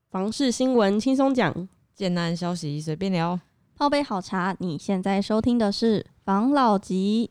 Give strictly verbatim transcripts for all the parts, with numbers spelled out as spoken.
房事新闻轻松讲， 建案消息随便聊， 泡杯好茶。你现在收听的是房老吉。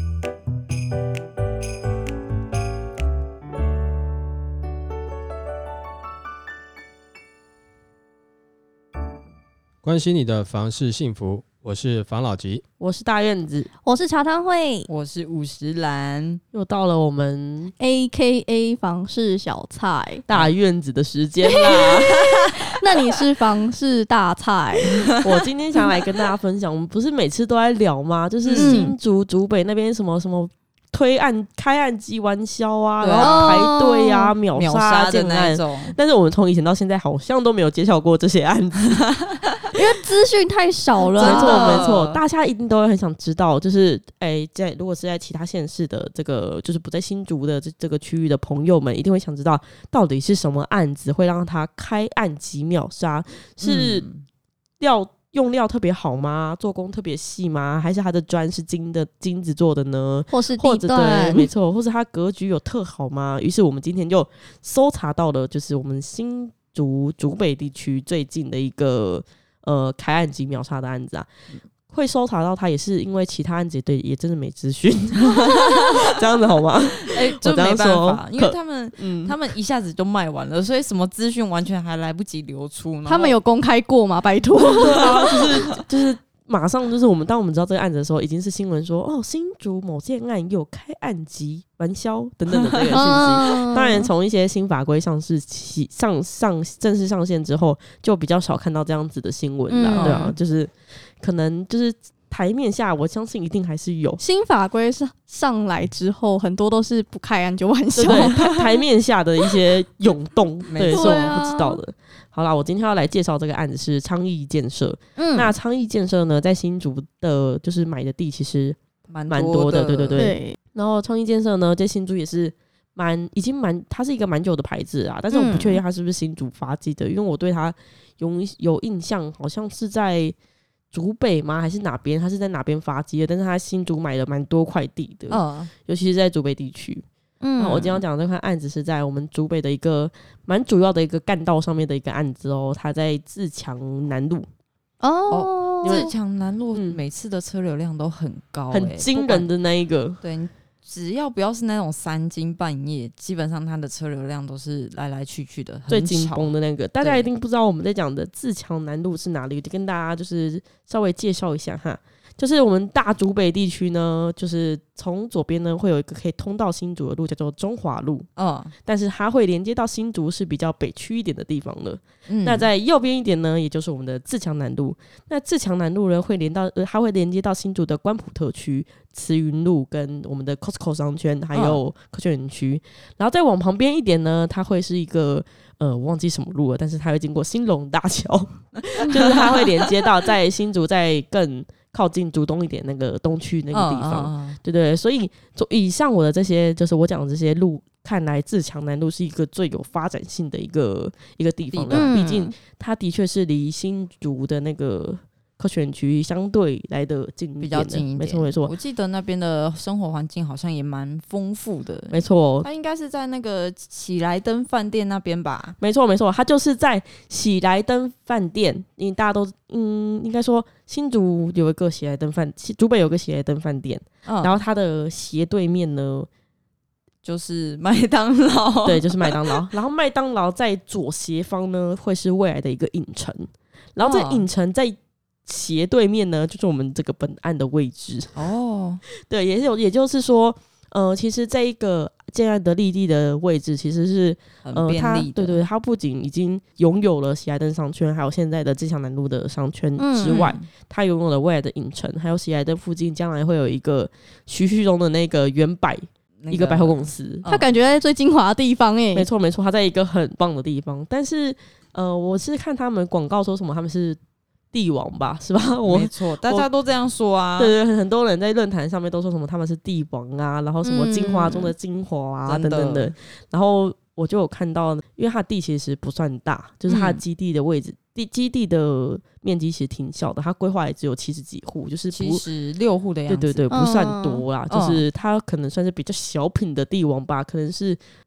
关心你的房事幸福，我是房老吉， 我是大院子， 我是茶汤会， 我是五十岚， 又到了我们 A K A 房事小菜大院子的时间啦。 那你是房事大菜。 我今天想来跟大家分享，我们不是每次都在聊吗？就是新竹、竹北那边什么什么推案、开案即完销啊， 对啊然后排队啊、 哦秒秒杀杀的那建案。 种。 但是我们从以前到现在好像都没有介绍过这些案子， 因为资讯太少了、 没错真的没错，大家一定都会很想知道，就是哎、在如果是在其他县市的这个，就是不在新竹的这这个区域的朋友们，一定会想知道到底是什么案子会让他开案即秒杀，是料、用料特别好吗？做工特别细吗？还是它的砖是金的金子做的呢？ 或是或者对， 地段， 没错，或者它格局有特好吗？于是我们今天就搜查到了，就是我们新竹竹北地区最近的一个呃开案即秒杀的案子啊。会搜查到它也是因为其他案子对也真的没资讯，这样子好吗？ 哎、欸，就我这样没办法， 说因为他们、 嗯， 他们一下子就卖完了，所以什么资讯完全还来不及流出。 他们有公开过吗？拜托。 对啊，就是就是马上就是我们当我们知道这个案子的时候，已经是新闻说哦，新竹某件案有开案即完销等等的这个讯息。当然，从一些新法规上市起上上正式上线之后，就比较少看到这样子的新闻啦。 嗯对啊，就是可能就是台面下，我相信一定还是有。 新法规上上来之后，很多都是不开案就完销。 对对，台台面下的一些涌动，对，是我们对啊不知道的。好啦，我今天要来介绍这个案子是昌邑建设。 嗯， 那昌邑建设呢，在新竹的，就是买的地其实蛮蛮多的，对对对。 对， 然后昌邑建设呢，在新竹也是蛮已经蛮，它是一个蛮久的牌子啊，但是我不确定它是不是新竹发迹的，因为我对它有有印象，好像是在竹北吗？还是哪边？它是在哪边发迹的？但是它新竹买了蛮多块地的， 嗯， 尤其是在竹北地区。 嗯那我今天要讲的这块案子是在我们竹北的一个蛮主要的一个干道上面的一个案子哦，它在自强南路， 哦， 自强南路嗯每次的车流量都很高、欸， 很惊人的那一个。 对，只要不要是那种三更半夜，基本上它的车流量都是来来去去的，很最紧吵绷的那个，大家一定不知道我们在讲的自强南路是哪里，就跟大家就是稍微介绍一下哈。就是我们大竹北地区呢，就是从左边呢会有一个可以通到新竹的路，叫做中华路， 嗯但是它会连接到新竹是比较北区一点的地方了。 嗯， 那在右边一点呢，也就是我们的自强南路。那自强南路呢，会连到呃，它会连接到新竹的关埔特区、慈云路跟我们的 Costco 商圈，还有科学园区。然后再往旁边一点呢，它会是一个呃，我忘记什么路了，但是它会经过兴隆大桥，就是它会连接到在新竹在更靠近竹东一点那个东区那个地方。 嗯嗯嗯对对，所以以上我的这些，就是我讲的这些路，看来自强南路是一个最有发展性的一个一个地方了。 嗯毕竟它的确是离新竹的那个科学园区相对来的近一点的， 比较近一点， 没错没错我记得那边的生活环境好像也蛮丰富的， 没错它应该是在那个喜来登饭店那边吧？ 没错没错，它就是在喜来登饭店，因为大家都嗯，应该说新竹有一个喜来登饭，竹北有个喜来登饭店， 嗯， 然后它的斜对面呢。 就是麦当劳， 对，就是麦当劳。然后麦当劳在左斜方呢，会是未来的一个影城，然后这个影城在斜对面呢，就是我们这个本案的位置。 哦， 对，也有，也就是说，呃，其实这一个建案的立地的位置，其实是很呃，它便利的， 对对，它不仅已经拥有了喜来登商圈，还有现在的自强南路的商圈之外， 嗯它拥有了未来的影城，还有喜来登附近将来会有一个徐旭东的那个原百。 那一个百货公司， 他感觉在最精华的地方哎、 没错没错，它在一个很棒的地方。但是呃，我是看他们广告说什么他们是帝王吧，是吧？我没错，大家都这样说啊。 对对，很多人在论坛上面都说什么他们是帝王啊，然后什么精华中的精华啊、 嗯、 等等的。然后我就有看到，因为它的地其实不算大，就是它的基地的位置。嗯地基地的面积其实挺小的，它规划也只有七十几户，就是七十六户的样子， 对对对，不算多啦， 嗯、 就是它可能算是比较小品的帝王吧，可能是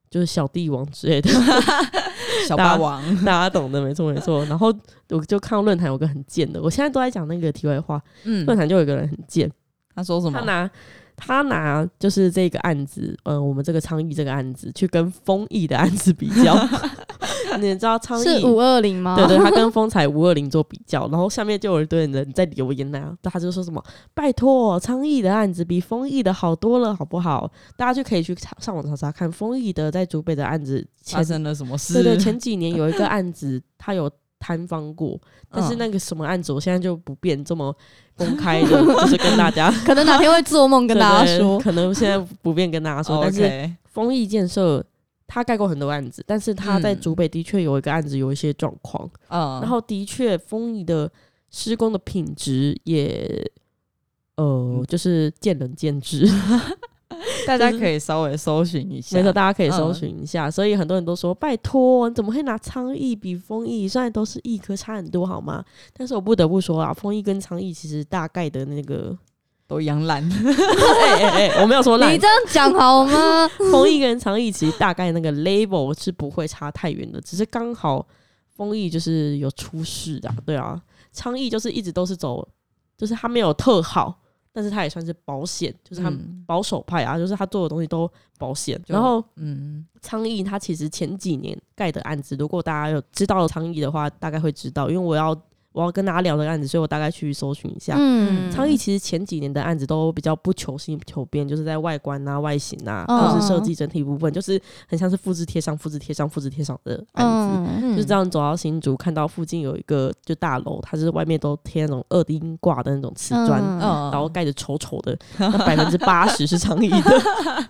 就是小帝王之类的小霸王， 大家懂的，没错没错。然后我就看到论坛有个很贱的，我现在都在讲那个题外话，论、嗯、坛就有一个人很贱， 他说什么？ 他拿他拿就是这个案子，呃，我们这个倡议这个案子去跟丰益的案子比较。你知道倡议是五二零吗？ 对对，他跟风采五二零做比较，然后下面就有一堆人在留言啊，他就说什么拜托，倡议的案子比丰益的好多了，好不好？大家就可以去上网查查看丰益的在竹北的案子发生了什么事。 对对，前几年有一个案子，他有摊方过，但是那个什么案子，我现在就不便这么公开的，就是跟大家， 可能哪天会做梦跟大家说， 对对，可能现在不便跟大家说， oh, okay. 但是丰益建设。他盖过很多案子，但是他在竹北的确有一个案子有一些状况，嗯，然后的确丰益的施工的品质也，呃，嗯、就是见仁见智， 大家可以稍微搜寻一下， 没错，大家可以搜寻一下、嗯。所以很多人都说，拜托，你怎么会拿昌邑比丰益？虽然都是益科差很多，好吗？但是我不得不说啊，丰益跟昌邑其实大概的那个。 都一样烂， 哎哎哎，我没有说烂， 你这样讲好吗？ 丰益跟昌邑其实大概那个 level 是不会差太远的，只是刚好丰益就是有出事的、啊，对啊，昌邑就是一直都是走，就是他没有特好，但是他也算是保险，就是他保守派啊，嗯、就是他做的东西都保险。然后，嗯，昌邑他其实前几年盖的案子，如果大家有知道昌邑的话，大概会知道，因为我要。我要跟大家聊这个案子，所以我大概去搜寻一下。嗯，昌邑其实前几年的案子都比较不求新求变，就是在外观啊、外形啊，或、嗯、是设计整体部分，就是很像是复制贴上、复制贴上、复制贴上的案子。嗯、就是这样走到新竹，看到附近有一个就大楼，它是外面都贴那种二丁挂的那种瓷砖、嗯，然后盖得丑丑的，那百分之八十是昌邑的。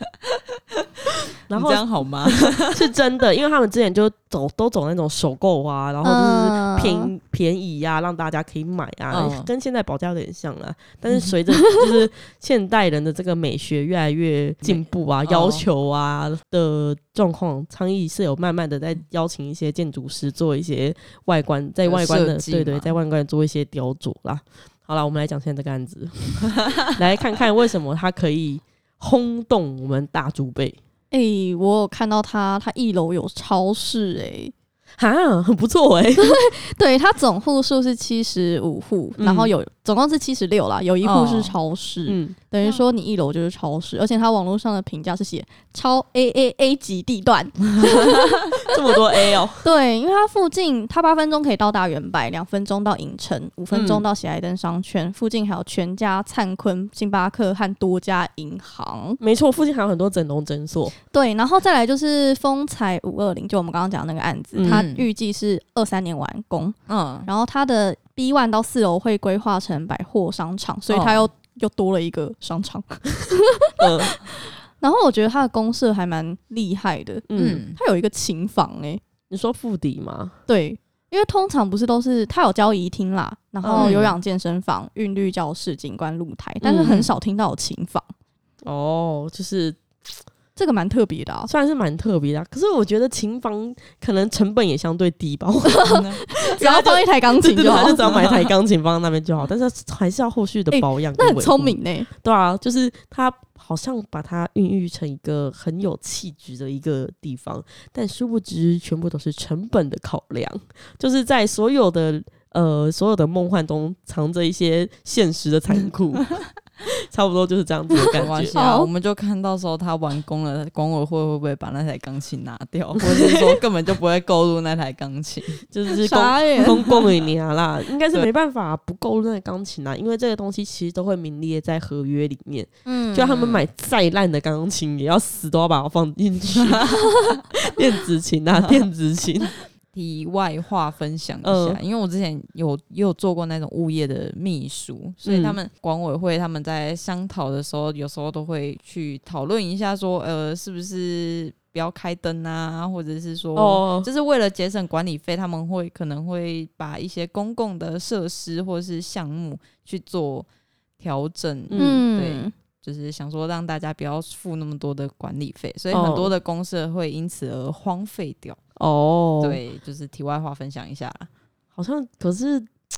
然后这样好吗？ 是真的，因为他们之前就走都走那种首购啊，然后就是便、嗯、便宜啊，让大家可以买啊，嗯、跟现在保价有点像啊。但是随着就是现代人的这个美学越来越进步啊，要求啊的状况，昌邑是有慢慢的在邀请一些建筑师做一些外观，在外观的对对，在外观做一些雕琢啦。好啦，我们来讲现在这个案子，来看看为什么它可以轰动我们大竹北。 哎、欸，我有看到他，他一楼有超市、欸，哎， 哈，很不错哎、欸。 对，他总户数是七十五户，然后有总共是七十六啦，有一户是超市，嗯，等于说你一楼就是超市，而且他网络上的评价是写超 A A A 级地段， 这么多 A 哦。 对，因为它附近，它八分钟可以到达远百，两分钟到影城，五分钟到喜来登商圈、嗯，附近还有全家、灿坤、星巴克和多家银行。 没错，附近还有很多整容诊所。 对，然后再来就是风采五二零，就我们刚刚讲的那个案子，它、嗯、预计是二三年完工，嗯，然后它的 B 一 到四楼会规划成百货商场，所以它又、哦、又多了一个商场。嗯、然后我觉得它的公设还蛮厉害的，嗯，它有一个琴房哎、欸， 你说腹底吗？ 对，因为通常不是都是它有交谊厅啦，然后有氧健身房、韵律教室、景观露台，但是很少听到有琴房。 哦，就是。 这个蛮特别的啊， 虽然是蛮特别的、啊，可是我觉得琴房可能成本也相对低吧。 只要放一台钢琴就好， 就只要买一台钢琴放在那边就好，但是还是要后续的保养、欸。 那很聪明呢、欸。 对啊，就是他好像把它孕育成一个很有气质的一个地方，但殊不知全部都是成本的考量，就是在所有的呃所有的梦幻中藏着一些现实的残酷。差不多就是这样子的感觉。 啊、我们就看到时候他完工了，管委会会不会把那台钢琴拿掉，或者是说根本就不会购入那台钢琴， 就是公公公你啊啦，应该是没办法不购入那台钢琴啦，因为这个东西其实都会名列在合约里面。嗯，就他们买再烂的钢琴，也要死都要把它放进去。电子琴啊，电子琴。 题外话分享一下、呃，因为我之前有也有做过那种物业的秘书，所以他们管委会他们在商讨的时候，有时候都会去讨论一下说，呃，是不是不要开灯啊，或者是说，哦、就是为了节省管理费，他们会可能会把一些公共的设施或是项目去做调整，嗯，对。就是想说让大家不要付那么多的管理费，所以很多的公社会因此而荒废掉。哦，对，就是题外话分享一下。 好像可是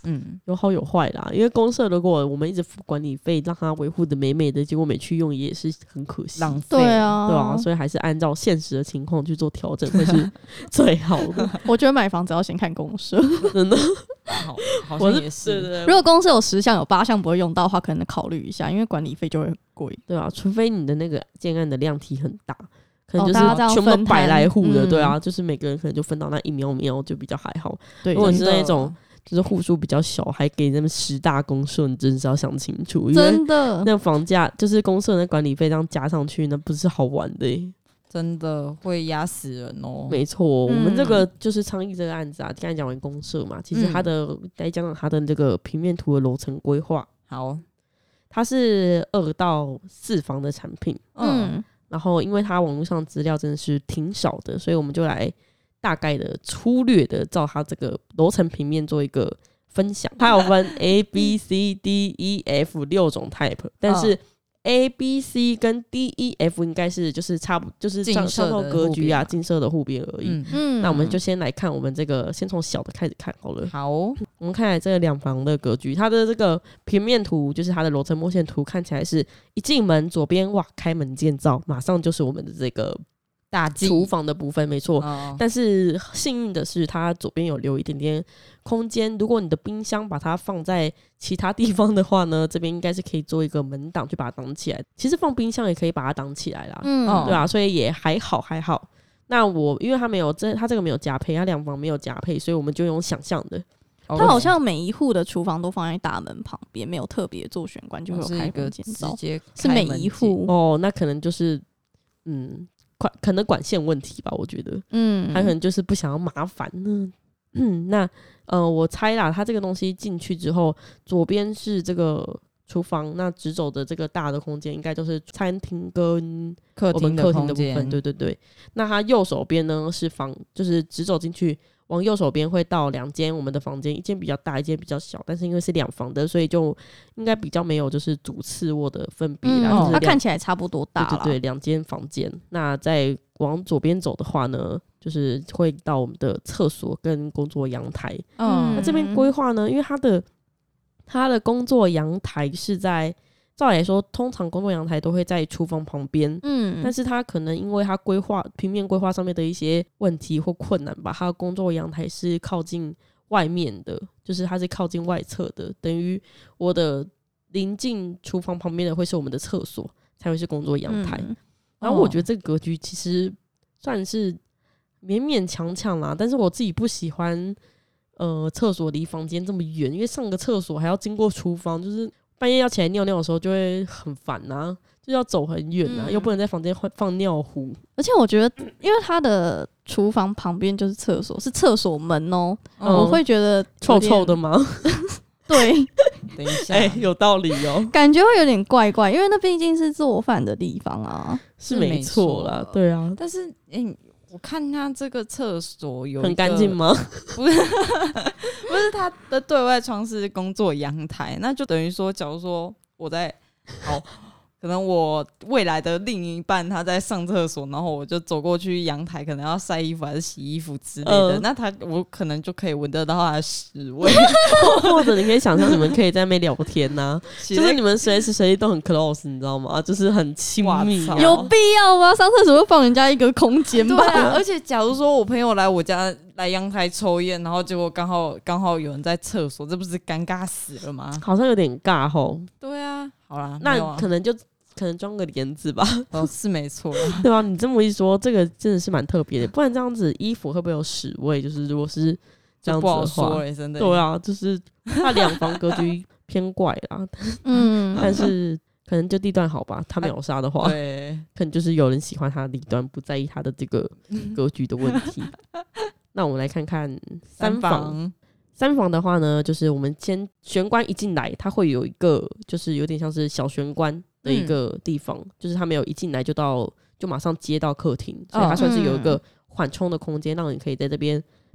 嗯，有好有坏啦。因为公社如果我们一直付管理费，让它维护的美美的，结果没去用也是很可惜， 浪费。 对啊， 对啊，所以还是按照现实的情况去做调整会是最好的。 我觉得买房子要先看公社， 真的。 好，好像也是。 对对对， 如果公社有十项有八项不会用到的话，可能考虑一下，因为管理费就会很贵。 对啊，除非你的那个建案的量体很大。可能哦就是全部都百来户的、 嗯， 对啊，就是每个人可能就分到那一喵喵，就比较还好。 对， 如果是那种就是户数比较小，还给那么十大公社，你真是要想清楚， 真的， 那房价就是公社的管理费这样加上去，那不是好玩的、欸， 真的会压死人哦。 没错、嗯，我们这个就是倡议这个案子啊，刚才讲完公社嘛，其实它的、嗯、来讲讲它的这个平面图的楼层规划， 好， 它是二到四房的产品，嗯。然后，因为它网络上资料真的是挺少的，所以我们就来大概的、粗略的照它这个楼层平面做一个分享。它有分 A B C D E F 六种 type， 但是 A B C 跟 D E F 应该是就是差不就是上上头格局啊，近摄的户边而已。嗯，那我们就先来看我们这个，先从小的开始看好了。 好， 我们看这个两房的格局，它的这个平面图就是它的楼层模线图，看起来是一进门左边哇，开门见灶，马上就是我们的这个大厨房的部分，没错、哦。但是幸运的是，它左边有留一点点空间。如果你的冰箱把它放在其他地方的话呢，这边应该是可以做一个门挡，去把它挡起来。其实放冰箱也可以把它挡起来啦，嗯，对啊，所以也还好，还好。那我因为它没有这，它这个没有加配，它两房没有加配，所以我们就用想象的。 它好像每一户的厨房都放在大门旁边，没有特别做玄关，就会有开门见灶，是每一户哦。那可能就是嗯。可能管线问题吧，我觉得，嗯，他可能就是不想要麻烦呢。嗯，那呃，我猜啦，他这个东西进去之后，左边是这个厨房，那直走的这个大的空间，应该就是餐厅跟客厅的部分。对对对。那他右手边呢是房，就是直走进去，往右手边会到两间我们的房间，一间比较大，一间比较小。但是因为是两房的，所以就应该比较没有就是主次卧的分别啦。 嗯，它看起来差不多大啦。 对对对，两间房间。那再往左边走的话呢，就是会到我们的厕所跟工作阳台。嗯，那这边规划呢，因为它的它的工作阳台是在。照理来说，通常工作阳台都会在厨房旁边，嗯，但是他可能因为他规划平面规划上面的一些问题或困难吧，他的工作阳台是靠近外面的，就是它是靠近外侧的，等于我的临近厨房旁边的会是我们的厕所，才会是工作阳台。嗯、然后我觉得这个格局其实算是勉勉强强啦，但是我自己不喜欢，呃，厕所离房间这么远，因为上个厕所还要经过厨房，就是。半夜要起来尿尿的时候就会很烦啊，就要走很远啊、嗯，又不能在房间放尿壶。 而且我觉得，因为它的厨房旁边就是厕所，是厕所门哦、喔嗯，我会觉得臭臭的吗？ 对， 等一下， 哎、欸，有道理哦， 感觉会有点怪怪，因为那毕竟是做饭的地方啊， 是没错啦，对啊。 但是，哎、欸。我看他这个厕所有很干净吗？ 不是，不是他的对外窗是工作阳台，那就等于说，假如说我在好，可能我未来的另一半他在上厕所，然后我就走过去阳台，可能要晒衣服还是洗衣服之类的，呃、那他我可能就可以闻得到他的屎味， 或者你可以想象你们可以在那边聊天呐、啊，就是你们随时随地都很 close， 你知道吗？就是很亲密、啊， 有必要吗？上厕所就放人家一个空间吧。 对啊，而且假如说我朋友来我家来阳台抽烟，然后结果刚好刚好有人在厕所，这不是尴尬死了吗？ 好像有点尬吼。 对啊，好啦， 那啊、 可能就。可能装个帘子吧， 哦，是没错， 对吧、啊？你这么一说，这个真的是蛮特别的。不然这样子衣服会不会有屎味？就是如果是这样子的话， 不好说欸、真的。 对啊，就是它两房格局偏怪啦。嗯，但是可能就地段好吧。他没有杀的话， 对， 可能就是有人喜欢他的地段，不在意他的这个格局的问题。那我们来看看三房。三房三房的话呢，就是我们先玄关一进来，它会有一个就是有点像是小玄关的一个地方，嗯、就是它没有一进来就到就马上接到客厅，所以它算是有一个缓冲的空间，让你可以在这边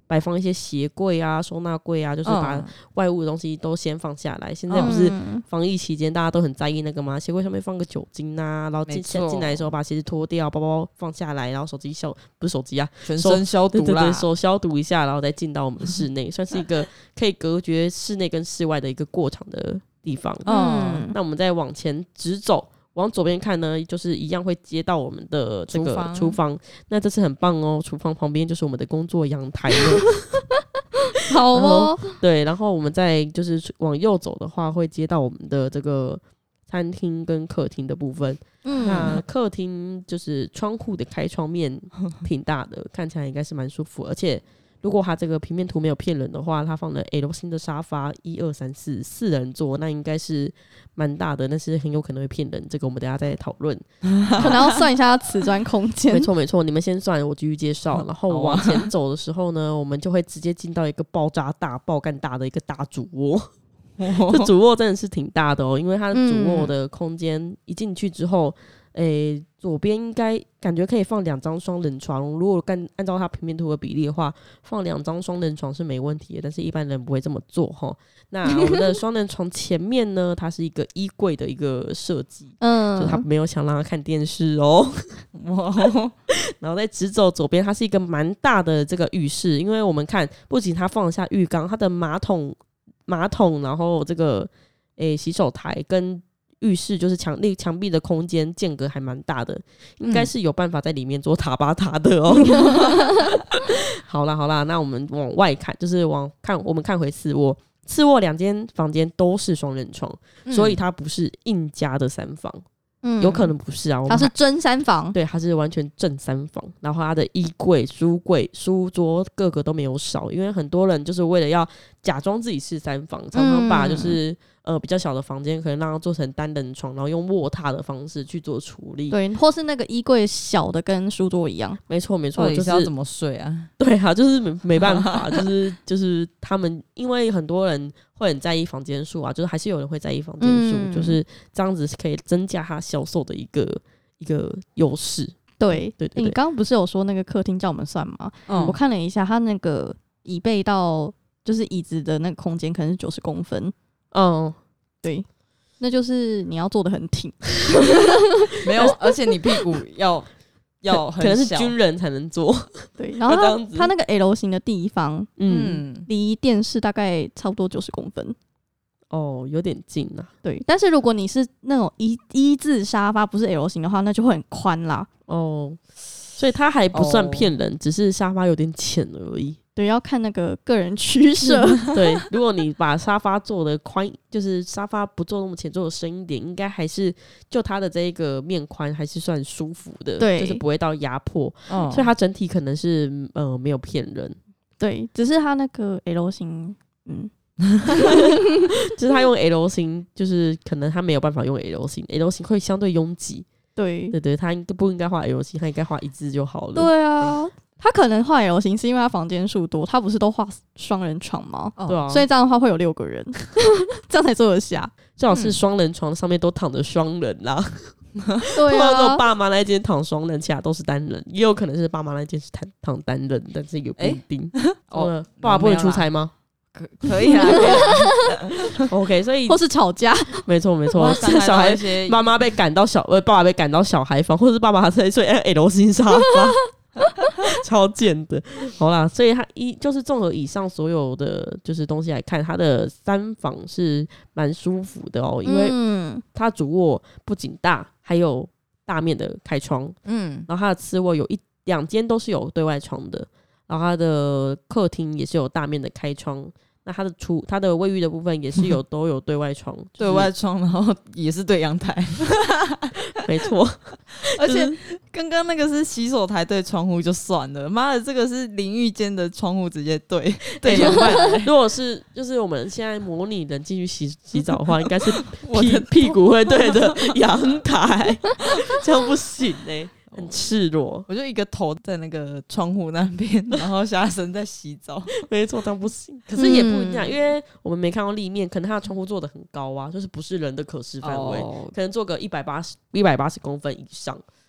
摆放一些鞋柜啊、收纳柜啊，就是把外物的东西都先放下来。嗯、现在不是防疫期间，大家都很在意那个吗？鞋柜上面放个酒精啊，然后进进来的时候把鞋子脱掉，包包放下来，然后手机消不是手机啊， 全身消毒啦， 对对对，手消毒一下，然后再进到我们的室内，算是一个可以隔绝室内跟室外的一个过场的地方。嗯，那我们再往前直走。往左边看呢，就是一样会接到我们的这个厨房。那这次很棒哦，厨房旁边就是我们的工作阳台了。 好哦， 对，然后我们再就是往右走的话，会接到我们的这个餐厅跟客厅的部分。嗯，那客厅就是窗户的开窗面挺大的，看起来应该是蛮舒服，而且。如果它这个平面图没有骗人的话，它放了 L 型的沙发，一二三四四人座，那应该是蛮大的，但是很有可能会骗人。这个我们等一下再讨论， 可能要算一下瓷砖空间。 没错没错，你们先算，我继续介绍。然后往前走的时候呢，我们就会直接进到一个爆炸大、爆干大的一个大主卧。这主卧真的是挺大的哦，因为它主卧的空间一进去之后。诶，左边应该感觉可以放两张双人床，如果按按照它平面图的比例的话，放两张双人床是没问题的，但是一般人不会这么做齁。那我们的双人床前面呢，它是一个衣柜的一个设计，嗯，就他没有想让他看电视哦。然后再直走左边，它是一个蛮大的这个浴室，因为我们看不仅它放得下浴缸，它的马桶马桶，然后这个诶洗手台跟浴室就是墙立墙壁的空间间隔还蛮大的，应该是有办法在里面做塔巴塔的哦。好啦好啦，那我们往外看，就是往看我们看回次卧，次卧两间房间都是双人床，嗯、所以它不是硬加的三房。嗯，有可能不是啊， 它是真三房， 对，它是完全正三房。然后它的衣柜、书柜、书桌各个都没有少，因为很多人就是为了要假装自己是三房，常常把就是、嗯、呃比较小的房间可能让它做成单人床，然后用卧榻的方式去做处理。 对，或是那个衣柜小的跟书桌一样。 没错没错，就是要怎么睡啊？ 对啊，就是没没办法，就是就是他们因为很多人。会很在意房间数啊，就是还是有人会在意房间数、嗯，就是这样子可以增加他销售的一个一个优势。 对对 对, 对， 你刚刚不是有说那个客厅叫我们算吗？嗯，我看了一下，他那个椅背到就是椅子的那个空间可能是九十公分。嗯，对，那就是你要坐得很挺。 没有，而且你屁股要。要可能是军人才能做， 对。然后他他那个 L 型的地方，嗯，离电视大概差不多九十公分， 哦，有点近啊。 对，但是如果你是那种一一字沙发，不是 L 型的话，那就会很宽啦。 哦，所以它还不算骗人、哦，只是沙发有点浅而已。 对，要看那个个人取舍。 对，如果你把沙发做的宽，就是沙发不做那么浅，做的深一点，应该还是就它的这一个面宽还是算舒服的，对，就是不会到压迫、哦。所以它整体可能是呃没有骗人， 对，只是它那个 L 型，嗯， 就是他用 L 型，就是可能他没有办法用 L 型 ，L 型会相对拥挤。 对对对，他不应该画 L 型，他应该画一字就好了。 对啊。对，他可能画 L 型是因为他房间数多，他不是都画双人床吗？ 对啊， 所以这样的话会有六个人，这样才坐得下。 最好是双人床上面都躺着双人啦。 对啊， 如果爸妈那间躺双人，其他都是单人，也有可能是爸妈那间是躺躺单人，但是也不一定。哦，爸爸不能出差吗？ 可可以啊，可以啊OK， 所以或是吵架， 没错没错，小孩妈妈被赶到小呃，爸爸被赶到小孩房，或者是爸爸在睡 L 型沙发。超贱的，好啦，所以它一就是综合以上所有的就是东西来看，它的三房是蛮舒服的哦，因为它主卧不仅大，还有大面的开窗，嗯，然后它的次卧有一两间都是有对外窗的，然后它的客厅也是有大面的开窗。那它的厨、它的卫浴的部分也是有都有对外窗，就是、 对外窗，然后也是对阳台， 没错。 而且刚刚那个是洗手台对窗户就算了，妈的，这个是淋浴间的窗户直接对对阳台。如果是就是我们现在模拟人进去洗洗澡的话，应该是屁屁股会对着阳台，这样不行哎、欸。很赤裸， 我就一个头在那个窗户那边，然后下身在洗澡。 没错，这样不行。可是也不一样、嗯，因为我们没看到立面，可能它的窗户做的很高啊，就是不是人的可视范围、哦，可能做个一百八十一百八十公分以上。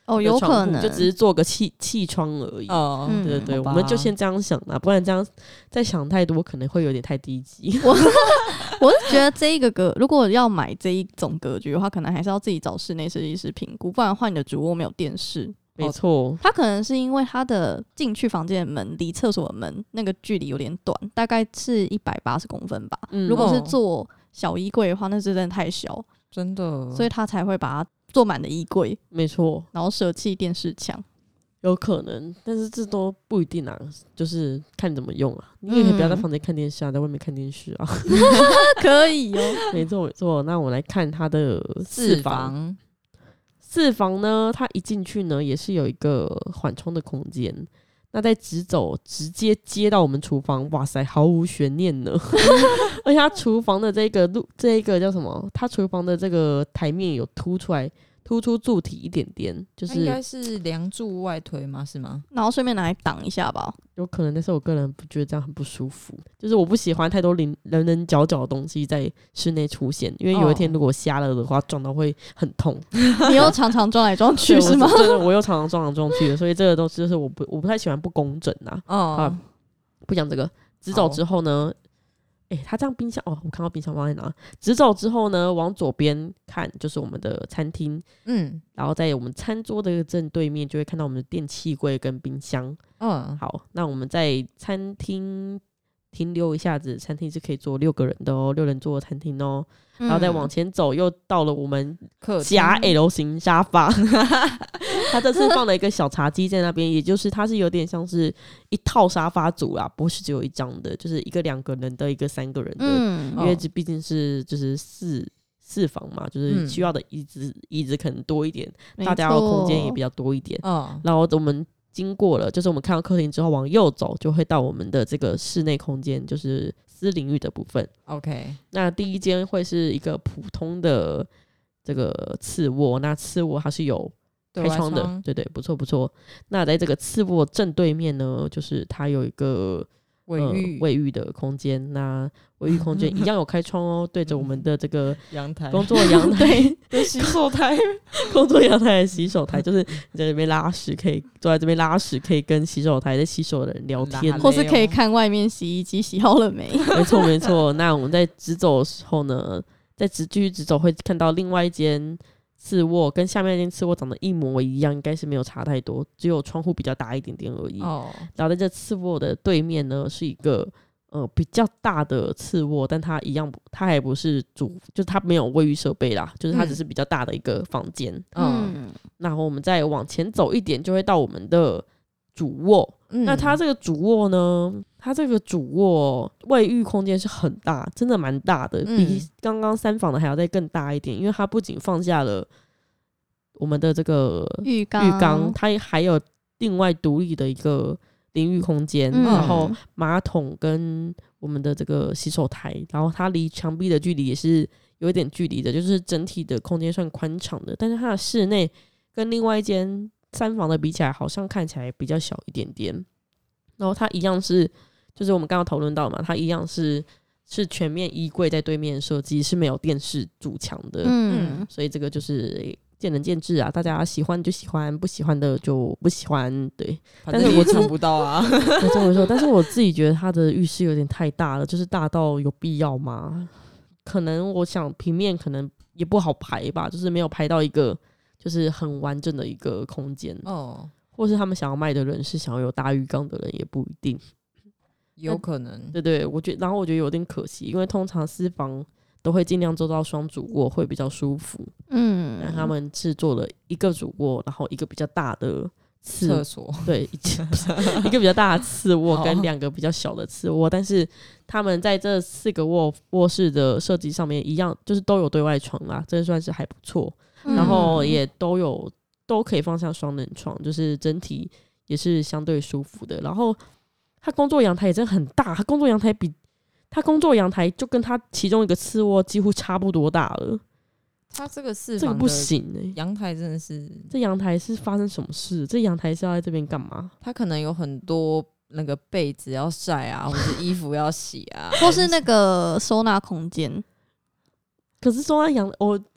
哦，有可能就只是做个气气窗而已。哦，对对对，我们就先这样想啦，不然这样再想太多，可能会有点太低级。 我我是觉得这一个格，如果要买这一种格局的话，可能还是要自己找室内设计师评估，不然的话你的主卧没有电视。 没错， 它可能是因为它的进去房间的门离厕所的门那个距离有点短，大概是一百八十公分吧、嗯、如果是做小衣柜的话，那是真的太小， 真的， 所以他才会把它做满的衣柜。 没错， 然后舍弃电视墙。 有可能，但是这都不一定啊，就是看你怎么用啊。你也可以不要在房间看电视啊，在外面看电视啊。 可以哦， 没错没错。那我们来看它的四房。四房呢，它一进去呢，也是有一个缓冲的空间。那在直走直接接到我们厨房，哇塞，毫无悬念呢。而且它厨房的这个路，这一个叫什么？它厨房的这个台面有凸出来。突出柱体一点点，就是应该是梁柱外推吗？是吗？ 然后顺便拿来挡一下吧。 有可能，但是我个人不觉得这样很不舒服，就是我不喜欢太多棱棱角角的东西在室内出现，因为有一天如果瞎了的话，撞到会很痛。 你又常常撞来撞去是吗？ 真的，我又常常撞来撞去的，所以这个都是就是我不我不太喜欢不工整啊。哦，啊，不讲这个，直走之后呢。哎、欸，他这样冰箱哦，我看到冰箱放在哪。直走之后呢，往左边看就是我们的餐厅，嗯，然后在我们餐桌的正对面就会看到我们的电器柜跟冰箱。嗯，好，那我们在餐厅停留一下子，餐厅是可以坐六个人的哦，六人座的餐厅哦。然后再往前走，又到了我们夹 L 型沙发。他这次放了一个小茶几在那边，也就是它是有点像是一套沙发组啦，不是只有一张的，就是一个两个人的，一个三个人的，嗯、因为这毕竟是就是四四房嘛，就是需要的椅子、嗯、椅子可能多一点，大家的空间也比较多一点。然后我们经过了，就是我们看到客厅之后往右走，就会到我们的这个室内空间，就是私领域的部分。 OK， 那第一间会是一个普通的这个次卧，那次卧它是有开窗的，对对，不错不错。那在这个次卧正对面呢，就是它有一个卫浴、呃、卫浴的空间。那卫浴空间一样有开窗哦，对着我们的这个阳台、 工作阳台的洗手台， 工作阳台的洗手台，就是你在这边拉屎，可以坐在这边拉屎，可以跟洗手台在洗手的人聊天， 或是可以看外面洗衣机洗好了没。 没错没错。那我们在直走的时候呢，在直继续直走会看到另外一间次卧，跟下面那间次卧长得一模一样，应该是没有差太多，只有窗户比较大一点点而已。哦，然后在这次卧的对面呢，是一个呃比较大的次卧，但它一样，它还不是主，就是它没有卫浴设备啦，就是它只是比较大的一个房间。嗯，嗯，然后我们再往前走一点，就会到我们的主卧。嗯、那它这个主卧呢，它这个主卧卫浴空间是很大，真的蛮大的，嗯、比刚刚三房的还要再更大一点，因为它不仅放下了我们的这个浴缸，浴缸它还有另外独立的一个淋浴空间，嗯、然后马桶跟我们的这个洗手台，然后它离墙壁的距离也是有一点距离的，就是整体的空间算宽敞的，但是它的室内跟另外一间三房的比起来，好像看起来比较小一点点。然后它一样是，就是我们刚刚讨论到嘛，它一样是是全面衣柜在对面设计，是没有电视主墙的。嗯，所以这个就是见仁见智啊，大家喜欢就喜欢，不喜欢的就不喜欢。对， 但是我抢不到啊。 没错没错，但是我自己觉得它的浴室有点太大了，就是大到有必要吗？可能我想平面可能也不好排吧，就是没有排到一个。就是很完整的一个空间哦，或是他们想要卖的人是想要有大浴缸的人也不一定， 有可能。 对对，我觉得，然后我觉得有点可惜，因为通常私房都会尽量做到双主卧会比较舒服。嗯，然后他们是做了一个主卧，然后一个比较大的厕所， 对，一个比较大的次卧跟两个比较小的次卧，但是他们在这四个卧卧室的设计上面一样，就是都有对外窗啦，这算是还不错。然后也都有都可以放下双人床，就是整体也是相对舒服的。然后他工作阳台也真的很大，他工作阳台比他工作阳台就跟他其中一个次卧几乎差不多大了。 他这个四这个不行哎、欸， 阳台真的是这阳台是发生什么事？这阳台是要在这边干嘛？ 他可能有很多那个被子要晒啊，或者衣服要洗啊， 或是那个收纳空间。 可是收纳阳我。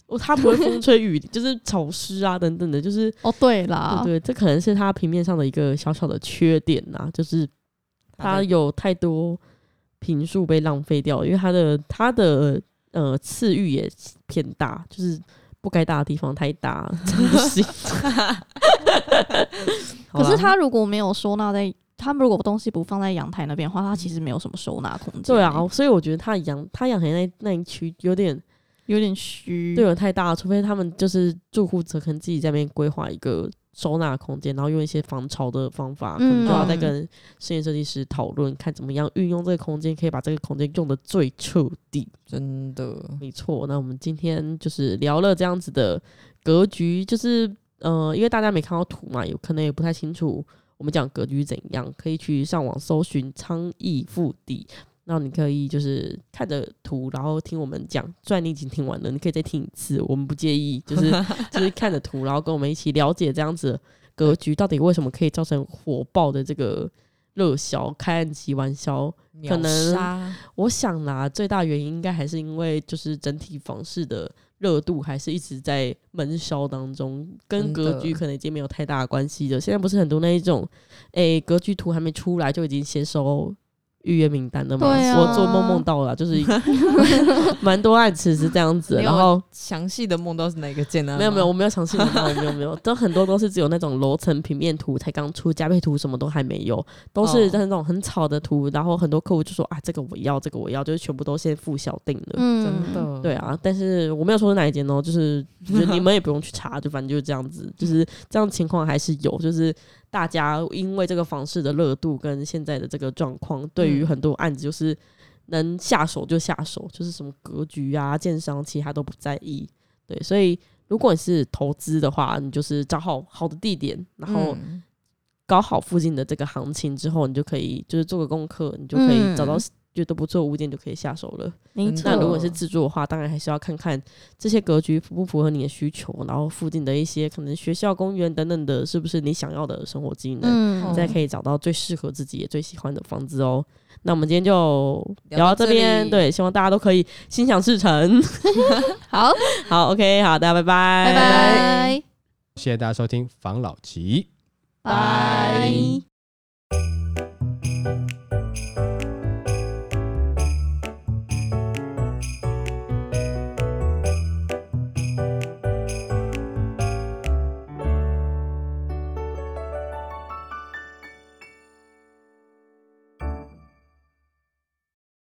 它不会风吹雨就是潮湿啊等等的，就是哦对啦， 对对，这可能是它平面上的一个小小的缺点啦，就是它有太多坪数被浪费掉，因为它的它的呃次域也偏大，就是不该大的地方太大，真不行。 可是它如果没有收纳在，他们如果东西不放在阳台那边的话，它其实没有什么收纳空间。 对啊，所以我觉得它阳它阳台那那一区有点有点虚， 对，有太大了，除非他们就是住户者可能自己在那边规划一个收纳空间，然后用一些防潮的方法，可能就要再跟室内设计师讨论，看怎么样运用这个空间，可以把这个空间用得最彻底。 真的， 没错。那我们今天就是聊了这样子的格局，就是呃，因为大家没看到图嘛，有可能也不太清楚我们讲格局怎样，可以去上网搜寻昌邑腹地。那你可以就是看着图，然后听我们讲。虽然你已经听完了，你可以再听一次，我们不介意。就是就是看着图，然后跟我们一起了解这样子的格局到底为什么可以造成火爆的这个热销、开案即完销。可能我想啦，最大原因应该还是因为就是整体房市的热度还是一直在闷烧当中，跟格局可能已经没有太大的关系了。现在不是很多那一种，诶、格局图还没出来就已经先收预约名单的嘛？ 对啊， 我做梦梦到了，就是蛮多案子是这样子的。然后详细的梦到是哪个建案？ 没有没有，我没有详细的梦，没有没有，都很多都是只有那种楼层平面图才刚出，加配图什么都还没有，都是那种很草的图。然后很多客户就说啊，这个我要，这个我要，就是全部都先付小定了。 嗯，真的。 对啊，但是我没有说是哪一间哦，就是就是你们也不用去查，就反正就是这样子，就是这样的情况还是有，就是大家因为这个房市的热度跟现在的这个状况，对于很多案子就是能下手就下手，就是什么格局啊、建商其他都不在意。对，所以如果你是投资的话，你就是找好好的地点，然后搞好附近的这个行情之后，你就可以就是做个功课，你就可以找到觉得不错的物件就可以下手了。那如果是自住的话，当然还是要看看这些格局符不符合你的需求，然后附近的一些可能学校、公园等等的，是不是你想要的生活机能，嗯、你才可以找到最适合自己也最喜欢的房子哦。那我们今天就聊到这边，对，希望大家都可以心想事成。 好好 ，OK， 好，大家拜拜， 拜拜， 谢谢大家收听房老吉， 拜。